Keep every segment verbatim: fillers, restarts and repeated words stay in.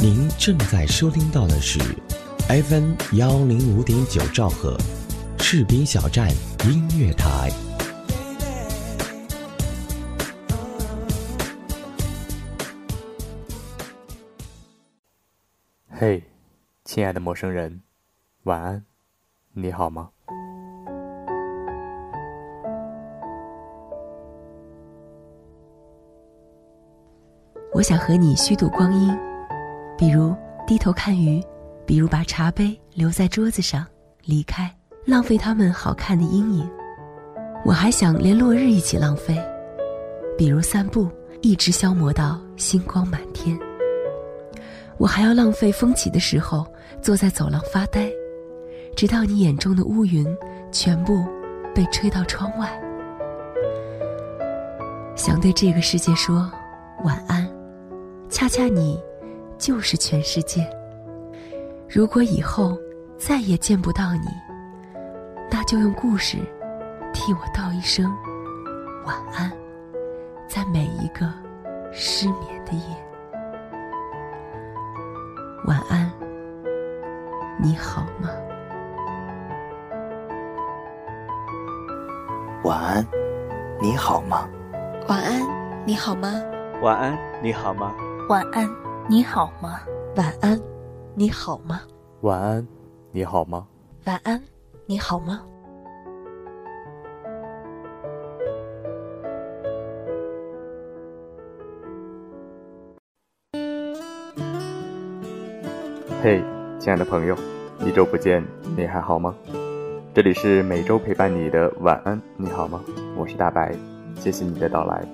您正在收听到的是 F M 幺零五点九兆赫士兵小站音乐台。 嘿，亲爱的陌生人，晚安，你好吗？ 我想和你虚度光阴，比如低头看鱼，比如把茶杯留在桌子上离开，浪费它们好看的阴影。我还想连落日一起浪费，比如散步，一直消磨到星光满天。我还要浪费风起的时候，坐在走廊发呆，直到你眼中的乌云全部被吹到窗外。想对这个世界说晚安，恰恰你就是全世界。如果以后再也见不到你，那就用故事替我道一声晚安，在每一个失眠的夜。晚安，你好吗？ 晚安，你好吗？ 晚安，你好吗？ 晚安，你好吗？ 晚安，你好吗？ 晚安，你好吗？ 晚安，你好吗？ 晚安，你好吗？ 嘿，亲爱的朋友，一周不见，你还好吗？这里是每周陪伴你的晚安，你好吗？我是大白，谢谢你的到来。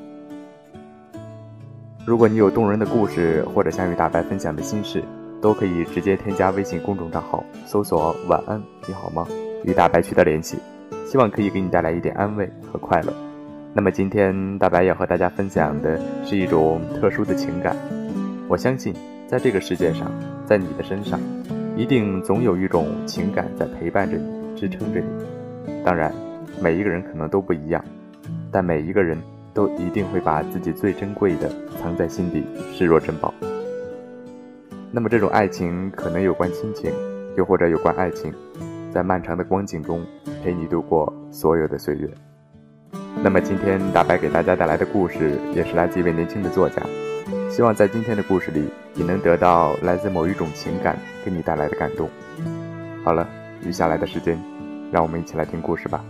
如果你有动人的故事，或者想与大白分享的心事，都可以直接添加微信公众账号，搜索晚安，你好吗？与大白取得联系，希望可以给你带来一点安慰和快乐。那么今天大白要和大家分享的是一种特殊的情感，我相信在这个世界上，在你的身上，一定总有一种情感在陪伴着你，支撑着你。当然，每一个人可能都不一样，但每一个人都一定会把自己最珍贵的藏在心底，视若珍宝。那么这种爱情可能有关亲情，又或者有关爱情，在漫长的光景中陪你度过所有的岁月。那么今天大白给大家带来的故事，也是来自一位年轻的作家，希望在今天的故事里，你能得到来自某一种情感给你带来的感动。好了，余下来的时间，让我们一起来听故事吧。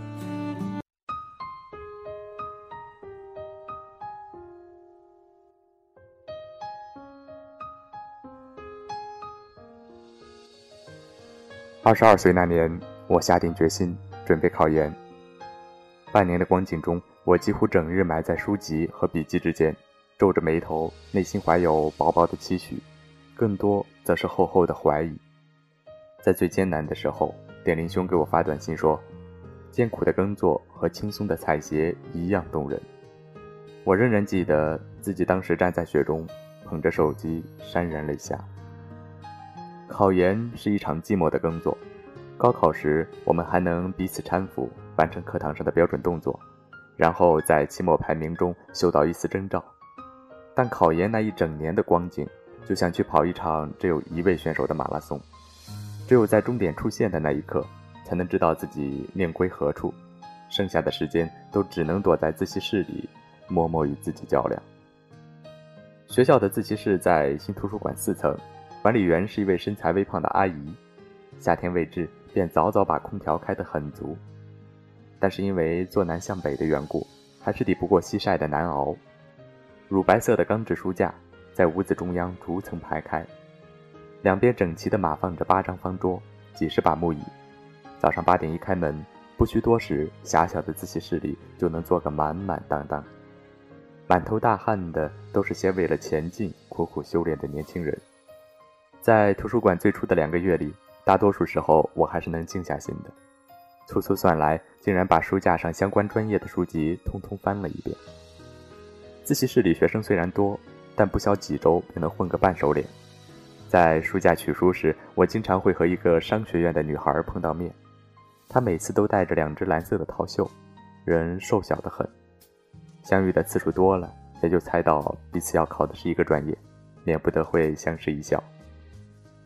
二十二岁那年，我下定决心准备考研。半年的光景中，我几乎整日埋在书籍和笔记之间，皱着眉头，内心怀有薄薄的期许，更多则是厚厚的怀疑。在最艰难的时候，点林兄给我发短信说，艰苦的耕作和轻松的采撷一样动人。我仍然记得自己当时站在雪中，捧着手机潸然泪下。考研是一场寂寞的耕作，高考时我们还能彼此搀扶，完成课堂上的标准动作，然后在期末排名中嗅到一丝征兆。但考研那一整年的光景，就像去跑一场只有一位选手的马拉松，只有在终点出现的那一刻，才能知道自己命归何处，剩下的时间都只能躲在自习室里，默默与自己较量。学校的自习室在新图书馆四层，管理员是一位身材微胖的阿姨，夏天未至，便早早把空调开得很足。但是因为坐南向北的缘故，还是抵不过西晒的难熬。乳白色的钢制书架在屋子中央逐层排开，两边整齐地码放着八张方桌，几十把木椅。早上八点一开门，不需多时，狭小的自习室里就能坐个满满当当。满头大汗的都是些为了前进苦苦修炼的年轻人。在图书馆最初的两个月里，大多数时候我还是能静下心的。粗粗算来，竟然把书架上相关专业的书籍通通翻了一遍。自习室里学生虽然多，但不消几周便能混个半熟脸。在书架取书时，我经常会和一个商学院的女孩碰到面，她每次都带着两只蓝色的套袖，人瘦小得很。相遇的次数多了，也就猜到彼此要考的是一个专业，免不得会相视一笑。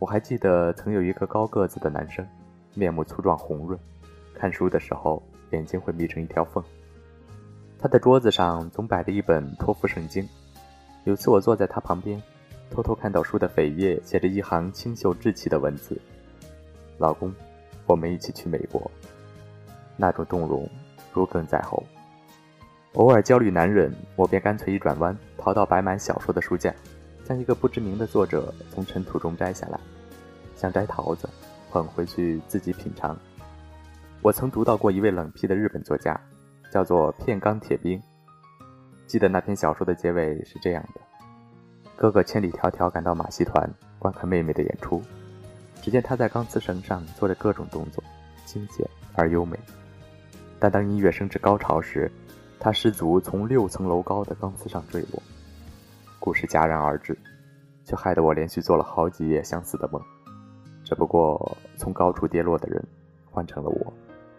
我还记得曾有一个高个子的男生，面目粗壮红润，看书的时候眼睛会眯成一条缝。他的桌子上总摆着一本托福圣经，有次我坐在他旁边，偷偷看到书的扉页写着一行清秀稚气的文字：老公，我们一起去美国。那种动容如鲠在喉。偶尔焦虑难忍，我便干脆一转弯，逃到摆满小说的书架，将一个不知名的作者从尘土中摘下来，像摘桃子，捧回去自己品尝。我曾读到过一位冷僻的日本作家，叫做片冈铁兵。记得那篇小说的结尾是这样的：哥哥千里迢迢赶到马戏团观看妹妹的演出，只见她在钢丝绳上做着各种动作，清简而优美。但当音乐升至高潮时，她失足从六层楼高的钢丝上坠落。故事戛然而止，却害得我连续做了好几夜相似的梦。只不过从高处跌落的人换成了我。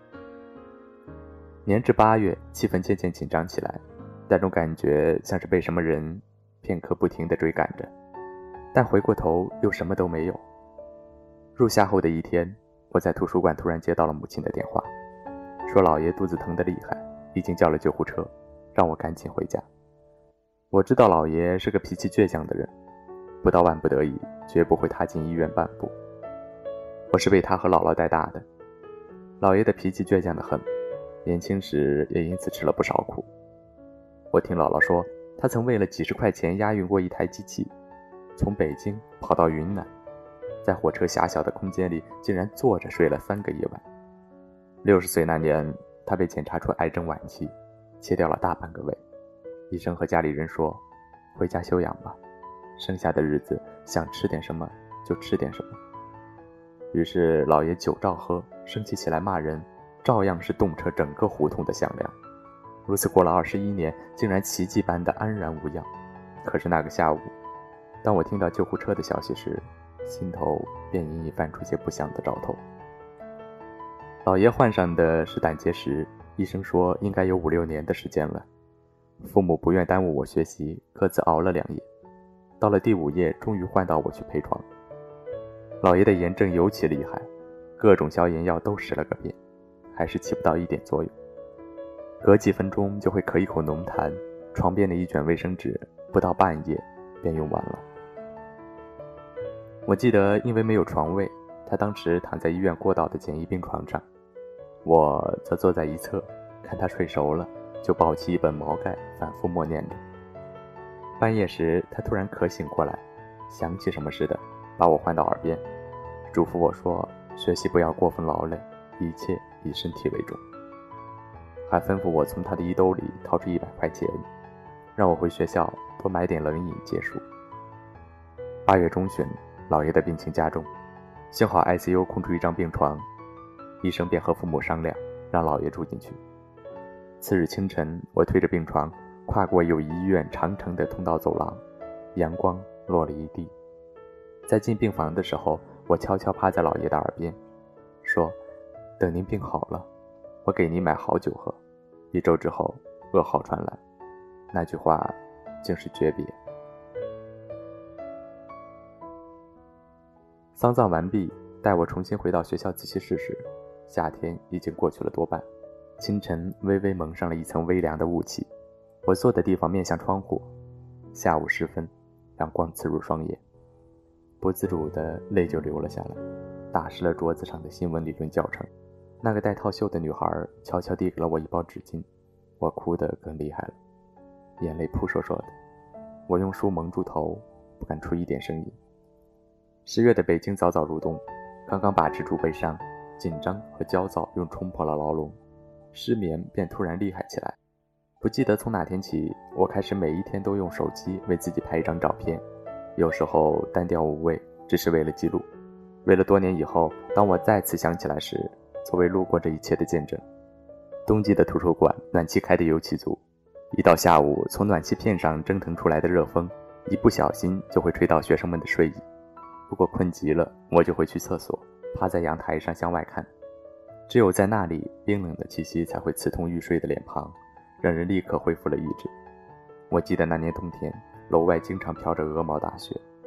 年至八月，气氛渐渐紧张起来，那种感觉像是被什么人片刻不停地追赶着，但回过头又什么都没有。入夏后的一天，我在图书馆突然接到了母亲的电话，说老爷肚子疼得厉害，已经叫了救护车，让我赶紧回家。我知道老爷是个脾气倔强的人，不到万不得已绝不会踏进医院半步。我是被他和姥姥带大的，老爷的脾气倔强得很，年轻时也因此吃了不少苦。我听姥姥说，他曾为了几十块钱押运过一台机器，从北京跑到云南，在火车狭小的空间里竟然坐着睡了三个夜晚。六十岁那年，他被检查出癌症晚期，切掉了大半个胃。医生和家里人说，回家休养吧，剩下的日子想吃点什么就吃点什么。于是老爷酒照喝，生气起来骂人，照样是动彻整个胡同的响亮。如此过了二十一年，竟然奇迹般的安然无恙。可是那个下午，当我听到救护车的消息时，心头便隐隐泛出些不祥的兆头。老爷患上的是胆结石，医生说应该有五六年的时间了。父母不愿耽误我学习，各自熬了两夜，到了第五夜，终于换到我去陪床。老爷的炎症尤其厉害，各种消炎药都试了个遍，还是起不到一点作用。隔几分钟就会咳一口浓痰，床边的一卷卫生纸不到半夜便用完了。我记得因为没有床位，他当时躺在医院过道的简易病床上，我则坐在一侧，看他睡熟了，就抱起一本毛概反复默念着。半夜时他突然咳醒过来，想起什么似的把我唤到耳边，嘱咐我说学习不要过分劳累，一切以身体为重，还吩咐我从他的衣兜里掏出一百块钱，让我回学校多买点冷饮解暑。八月中旬，老爷的病情加重，幸好 I C U 空出一张病床，医生便和父母商量，让老爷住进去。次日清晨，我推着病床跨过友谊医院长长的通道走廊，阳光落了一地。在进病房的时候，我悄悄趴在老爷的耳边说，等您病好了，我给您买好酒喝。一周之后，噩耗传来，那句话竟是诀别。丧葬完毕，待我重新回到学校自习室时，夏天已经过去了多半。清晨微微蒙上了一层微凉的雾气，我坐的地方面向窗户，下午时分，阳光刺入双眼，不自主的泪就流了下来，打湿了桌子上的新闻理论教程。那个戴套袖的女孩悄悄递给了我一包纸巾，我哭得更厉害了，眼泪扑簌簌的。我用书蒙住头，不敢出一点声音。十月的北京早早入冬，刚刚把持住悲伤，紧张和焦躁又冲破了牢笼，失眠便突然厉害起来。不记得从哪天起，我开始每一天都用手机为自己拍一张照片，有时候单调无味，只是为了记录，为了多年以后当我再次想起来时，作为路过这一切的见证。冬季的图书馆暖气开得尤其足，一到下午，从暖气片上蒸腾出来的热风一不小心就会吹到学生们的睡意。如果困极了，我就会去厕所，趴在阳台上向外看，只有在那里，冰冷的气息才会刺痛欲睡的脸庞，让人立刻恢复了意志。我记得那年冬天，楼外经常飘着鹅毛大雪，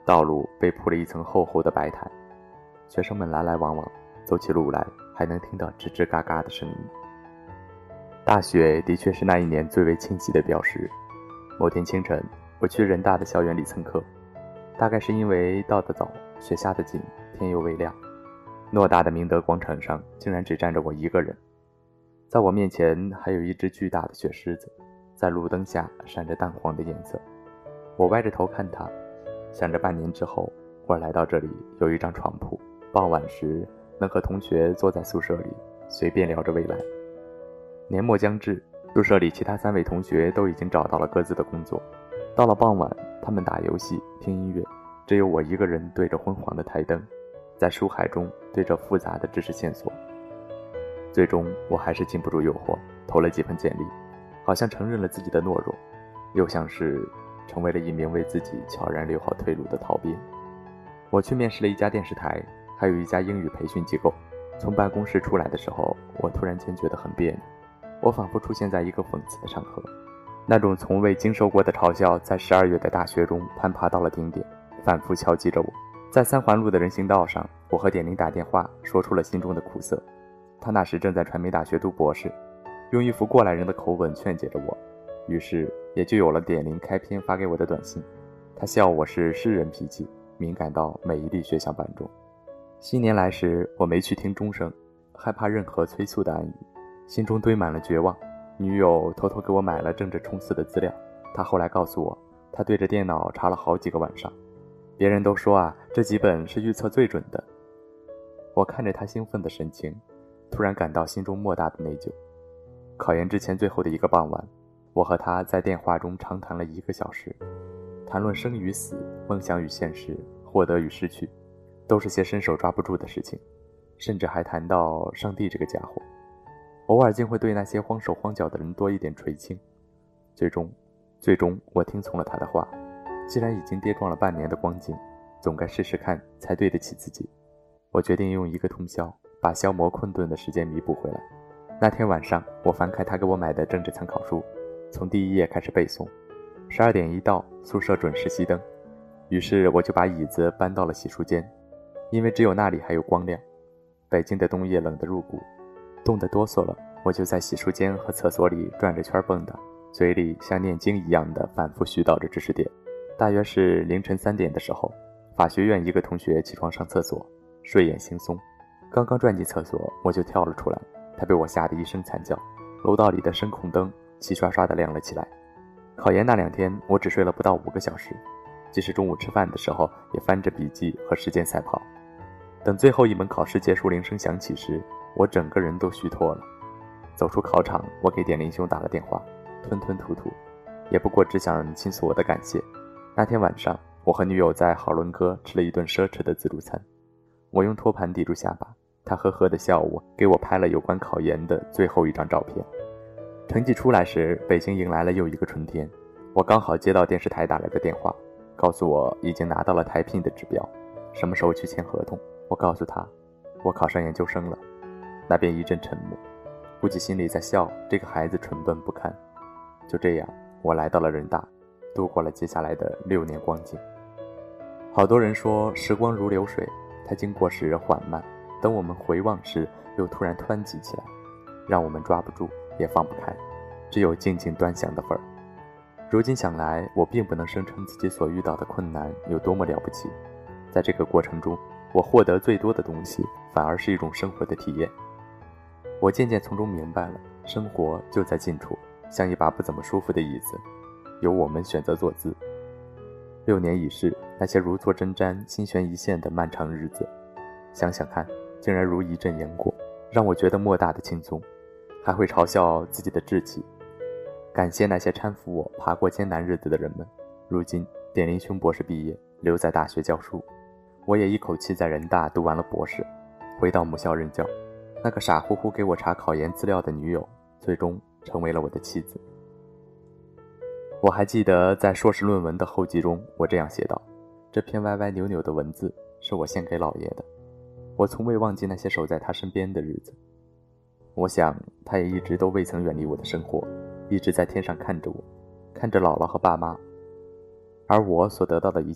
道路被铺了一层厚厚的白毯，学生们来来往往，走起路来还能听到吱吱嘎嘎的声音。大雪的确是那一年最为清晰的标识。某天清晨，我去人大的校园里蹭课，大概是因为到得早，雪下得紧，天又未亮，偌大的明德广场上竟然只站着我一个人。在我面前还有一只巨大的雪狮子，在路灯下闪着淡黄的颜色。我歪着头看它，想着半年之后我来到这里有一张床铺，傍晚时能和同学坐在宿舍里随便聊着未来。年末将至，宿舍里其他三位同学都已经找到了各自的工作。到了傍晚，他们打游戏听音乐，只有我一个人对着昏黄的台灯，在书海中对着复杂的知识线索。最终我还是禁不住诱惑，投了几份简历，好像承认了自己的懦弱，又像是成为了一名为自己悄然留好退路的逃兵。我去面试了一家电视台，还有一家英语培训机构。从办公室出来的时候，我突然间觉得很别扭，我仿佛出现在一个讽刺的场合，那种从未经受过的嘲笑在十二月的大雪中攀爬到了顶点，反复敲击着我。在三环路的人行道上，我和点玲打电话，说出了心中的苦涩。他那时正在传媒大学读博士，用一副过来人的口吻劝解着我，于是也就有了点玲开篇发给我的短信。他笑我是诗人脾气，敏感到每一粒血小板中。新年来时，我没去听钟声，害怕任何催促的暗语，心中堆满了绝望。女友偷偷给我买了政治冲刺的资料，她后来告诉我，她对着电脑查了好几个晚上。别人都说啊，这几本是预测最准的。我看着她兴奋的神情，突然感到心中莫大的内疚。考研之前最后的一个傍晚，我和她在电话中长谈了一个小时，谈论生与死、梦想与现实、获得与失去，都是些伸手抓不住的事情，甚至还谈到上帝这个家伙。偶尔竟会对那些慌手慌脚的人多一点垂青。最终最终我听从了他的话，既然已经跌撞了半年的光景，总该试试看才对得起自己。我决定用一个通宵把消磨困顿的时间弥补回来。那天晚上，我翻开他给我买的政治参考书，从第一页开始背诵。十二点一到，宿舍准时熄灯，于是我就把椅子搬到了洗漱间，因为只有那里还有光亮。北京的冬夜冷得入骨，冻得哆嗦了，我就在洗漱间和厕所里转着圈蹦跶，嘴里像念经一样的反复絮叨着知识点。大约是凌晨三点的时候，法学院一个同学起床上厕所，睡眼惺忪，刚刚转进厕所，我就跳了出来，他被我吓得一声惨叫，楼道里的声控灯齐刷刷地亮了起来。考研那两天，我只睡了不到五个小时，即使中午吃饭的时候，也翻着笔记和时间赛跑。等最后一门考试结束，铃声响起时，我整个人都虚脱了。走出考场，我给点林兄打了电话，吞吞吐吐，也不过只想倾诉我的感谢。那天晚上，我和女友在好伦哥吃了一顿奢侈的自助餐，我用托盘抵住下巴，她呵呵地笑我，给我拍了有关考研的最后一张照片。成绩出来时，北京迎来了又一个春天。我刚好接到电视台打来的电话，告诉我已经拿到了台聘的指标，什么时候去签合同。我告诉他，我考上研究生了。那边一阵沉默，估计心里在笑这个孩子蠢笨不堪。就这样，我来到了人大，度过了接下来的六年光景。好多人说时光如流水，它经过时缓慢，等我们回望时又突然湍急起来，让我们抓不住也放不开，只有静静端详的份儿。如今想来，我并不能声称自己所遇到的困难有多么了不起，在这个过程中，我获得最多的东西反而是一种生活的体验。我渐渐从中明白了，生活就在近处，像一把不怎么舒服的椅子，由我们选择坐姿。六年已逝，那些如坐针毡、心悬一线的漫长日子，想想看，竟然如一阵烟过，让我觉得莫大的轻松，还会嘲笑自己的志气。感谢那些搀扶我爬过艰难日子的人们。如今点林兄博士毕业，留在大学教书，我也一口气在人大读完了博士，回到母校任教。那个傻乎乎给我查考研资料的女友，最终成为了我的妻子。我还记得在硕士论文的后记中，我这样写道：这篇歪歪扭扭的文字是我献给姥爷的。我从未忘记那些守在他身边的日子。我想他也一直都未曾远离我的生活，一直在天上看着我，看着姥姥和爸妈。而我所得到的一切，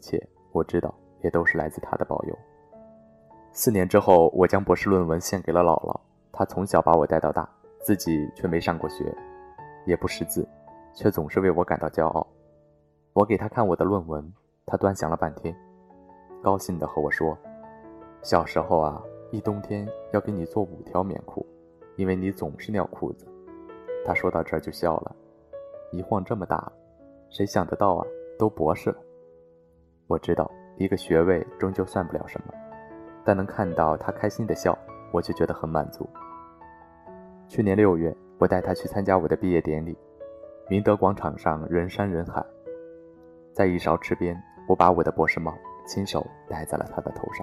我知道也都是来自他的保佑。四年之后，我将博士论文献给了姥姥，她从小把我带到大，自己却没上过学，也不识字，却总是为我感到骄傲。我给她看我的论文，她端详了半天，高兴地和我说，小时候啊，一冬天要给你做五条棉裤，因为你总是尿裤子。她说到这儿就笑了，一晃这么大了，谁想得到啊，都博士了。我知道一个学位终究算不了什么，但能看到她开心的笑，我就觉得很满足。去年六月，我带她去参加我的毕业典礼，明德广场上人山人海，在一勺池边，我把我的博士帽亲手戴在了她的头上。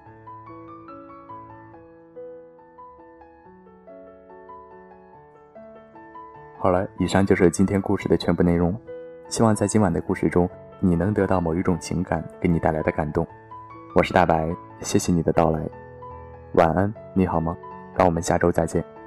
好了，以上就是今天故事的全部内容。希望在今晚的故事中，你能得到某一种情感给你带来的感动。我是大白，谢谢你的到来。晚安，你好吗？让我们下周再见。